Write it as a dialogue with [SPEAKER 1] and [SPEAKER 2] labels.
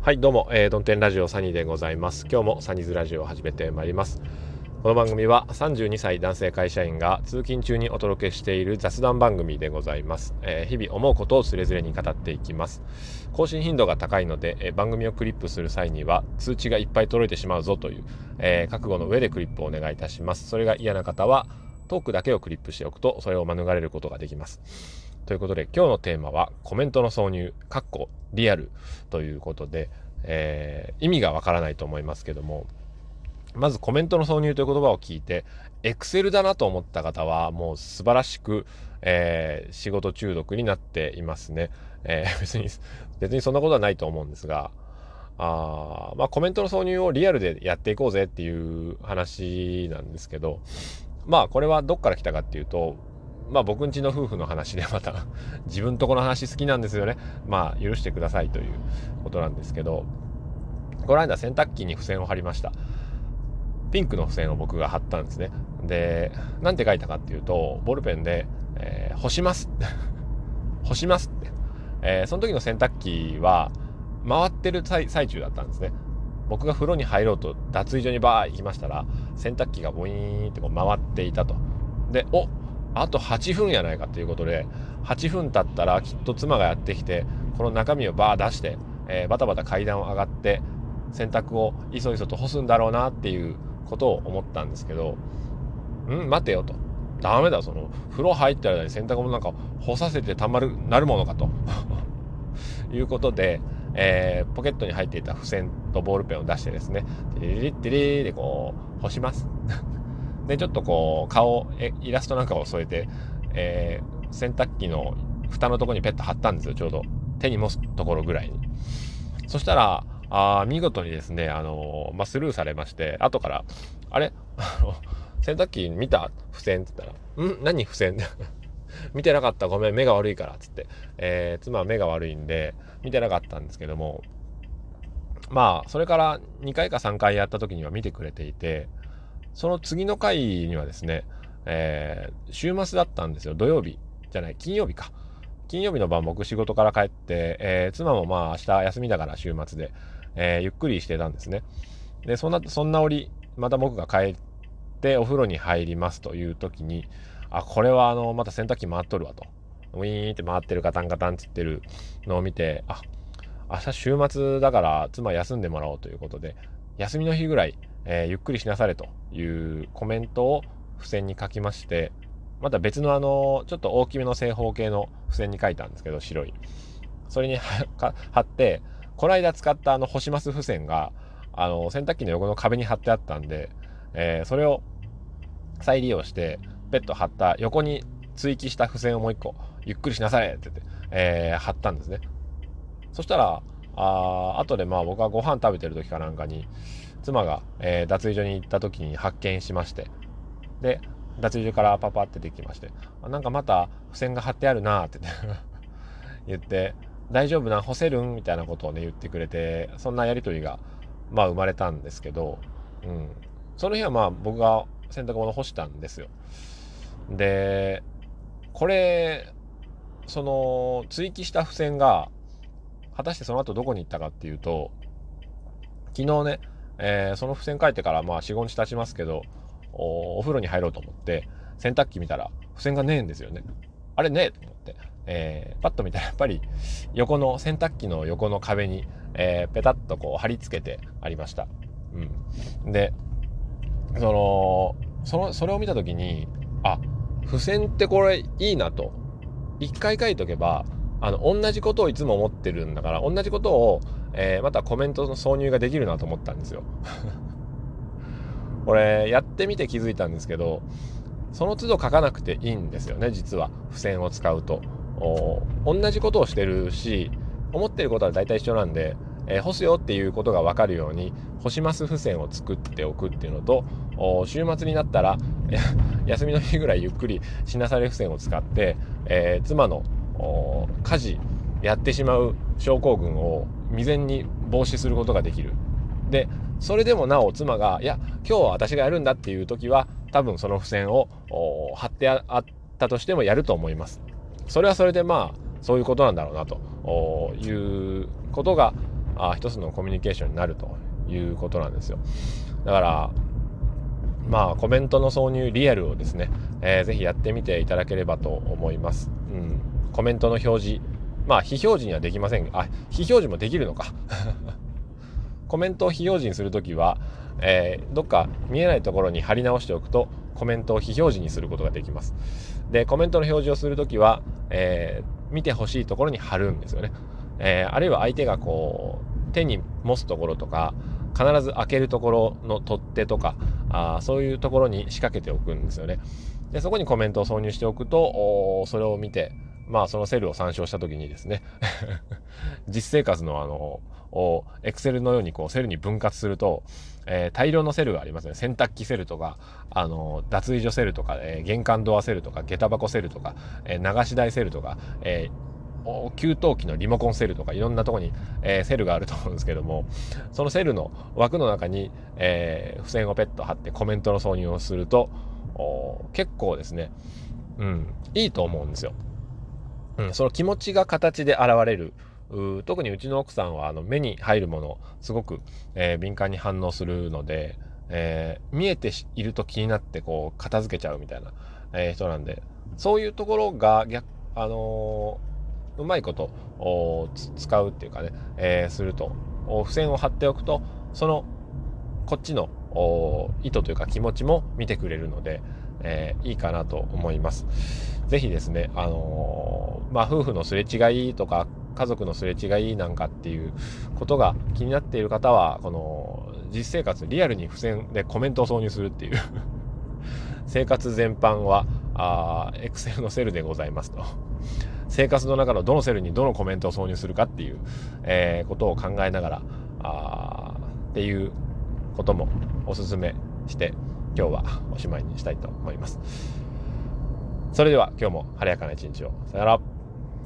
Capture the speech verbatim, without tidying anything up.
[SPEAKER 1] はい、どうも、えー、ドンテンラジオサニーでございます。今日もサニーズラジオを始めてまいります。この番組はさんじゅうにさい男性会社員が通勤中にお届けしている雑談番組でございます。えー、日々思うことをつれづれに語っていきます。更新頻度が高いので、えー、番組をクリップする際には通知がいっぱい届いてしまうぞという、えー、覚悟の上でクリップをお願いいたします。それが嫌な方はトークだけをクリップしておくとそれを免れることができます。ということで今日のテーマはコメントの挿入（リアル）ということで、えー、意味がわからないと思いますけども、まずコメントの挿入という言葉を聞いて Excel だなと思った方はもう素晴らしく、えー、仕事中毒になっていますね。えー、別に別にそんなことはないと思うんですが、あまあコメントの挿入をリアルでやっていこうぜっていう話なんですけど、まあこれはどっから来たかっていうと、まあ僕んちの夫婦の話で、また自分とこの話好きなんですよね。まあ許してくださいということなんですけど、この間洗濯機に付箋を貼りました。ピンクの付箋を僕が貼ったんですね。で、なんて書いたかっていうと、ボールペンで、えー、干します干しますって、えー、その時の洗濯機は回ってる最中だったんですね。僕が風呂に入ろうと脱衣所にバー行きましたら、洗濯機がボイーンってこう回っていたと。で、おあとはちふんやないかということで、はちふん経ったらきっと妻がやってきて、この中身をバー出して、えー、バタバタ階段を上がって洗濯をいそいそと干すんだろうなっていうことを思ったんですけど、ん待てよと。ダメだ、その風呂入ってる間に洗濯物なんか干させてたまるなるものかということで、えー、ポケットに入っていた付箋とボールペンを出してですね、テレリッテレーでこう干しますでちょっとこう顔えイラストなんかを添えて、えー、洗濯機の蓋のところにペット貼ったんですよ。ちょうど手に持つところぐらいに。そしたらあ見事にですね、あのーまあ、スルーされまして、後からあれあの洗濯機見た付箋って言ったら、ん何付箋見てなかった、ごめん目が悪いからっつって、えー、妻は目が悪いんで見てなかったんですけども、まあそれからにかいかさんかいやった時には見てくれていて、その次の回にはですね、えー、週末だったんですよ。土曜日じゃない金曜日か。金曜日の晩僕仕事から帰って、えー、妻もまあ明日休みだから週末で、えー、ゆっくりしてたんですね。でそんなそんな折また僕が帰ってお風呂に入りますという時に、あこれはあのまた洗濯機回っとるわと、ウィーンって回ってるガタンガタンつってるのを見て、あ明日週末だから妻休んでもらおうということで、休みの日ぐらい、えー、ゆっくりしなされというコメントを付箋に書きまして、また別のあのちょっと大きめの正方形の付箋に書いたんですけど、白いそれに貼って、この間使ったあの干します付箋があの洗濯機の横の壁に貼ってあったんで、えー、それを再利用してペット貼った横に追記した付箋をもう一個ゆっくりしなさいって言って、えー、貼ったんですね。そしたらあ後でまあ僕はご飯食べてる時かなんかに妻が、えー、脱衣所に行った時に発見しまして、で脱衣所からパパって出てきまして、あなんかまた付箋が貼ってあるなって言って大丈夫な干せるんみたいなことをね言ってくれて、そんなやり取りがまあ生まれたんですけど、うん、その日はまあ僕が洗濯物干したんですよ。でこれその追記した付箋が果たしてその後どこに行ったかっていうと、昨日ね、えー、その付箋書いてからまあよん、ごにち経ちますけど、 お, お風呂に入ろうと思って洗濯機見たら付箋がねえんですよね。あれねえと思って、えー、パッと見たらやっぱり横の洗濯機の横の壁に、えー、ペタッとこう貼り付けてありました。うん、でそのそのそれを見た時に、あ付箋ってこれいいなと、一回書いとけばあの同じことをいつも思ってるんだから、同じことを、えー、またコメントの挿入ができるなと思ったんですよこれやってみて気づいたんですけど、その都度書かなくていいんですよね。実は付箋を使うと同じことをしてるし、思ってることは大体一緒なんで、えー、干すよっていうことが分かるように干します付箋を作っておくっていうのと、週末になったら休みの日ぐらいゆっくりしなされ付箋を使って、えー、妻の家事やってしまう症候群を未然に防止することができる。でそれでもなお妻がいや今日は私がやるんだっていう時は多分その付箋を貼ってあったとしてもやると思います。それはそれでまあそういうことなんだろうなということがあ一つのコミュニケーションになるということなんですよ。だからまあコメントの挿入リアルをですね、えー、ぜひやってみていただければと思います。うん、コメントの表示、まあ非表示にはできませんが、あ非表示もできるのかコメントを非表示にするときは、えー、どっか見えないところに貼り直しておくとコメントを非表示にすることができます。でコメントの表示をするときは、えー、見てほしいところに貼るんですよね。えー、あるいは相手がこう手に持つところとか必ず開けるところの取っ手とかあそういうところに仕掛けておくんですよね。でそこにコメントを挿入しておくとそれを見てまあそのセルを参照した時にですね実生活のあのエクセルのようにこうセルに分割すると、えー、大量のセルがありますね。洗濯機セルとかあの脱衣所セルとか、えー、玄関ドアセルとか下駄箱セルとか、えー、流し台セルとか、えー、給湯器のリモコンセルとかいろんなところに、えー、セルがあると思うんですけども、そのセルの枠の中に、えー、付箋をペット貼ってコメントの挿入をすると結構ですね、うん、いいと思うんですよ。うん、その気持ちが形で現れる。う特にうちの奥さんはあの目に入るものすごく、えー、敏感に反応するので、えー、見えていると気になってこう片付けちゃうみたいな、えー、人なんで、そういうところが逆、あのー、うまいこと使うっていうかね、えー、すると付箋を貼っておくとそのこっちの意図というか気持ちも見てくれるので、えー、いいかなと思います。ぜひですね、あのー、まあ夫婦のすれ違いとか家族のすれ違いなんかっていうことが気になっている方はこの実生活リアルに付箋でコメントを挿入するっていう生活全般はあ Excel のセルでございますと。生活の中のどのセルにどのコメントを挿入するかっていう、えー、ことを考えながらあっていうこともおすすめして今日はおしまいにしたいと思います。それでは今日も晴れやかな一日を。さよなら。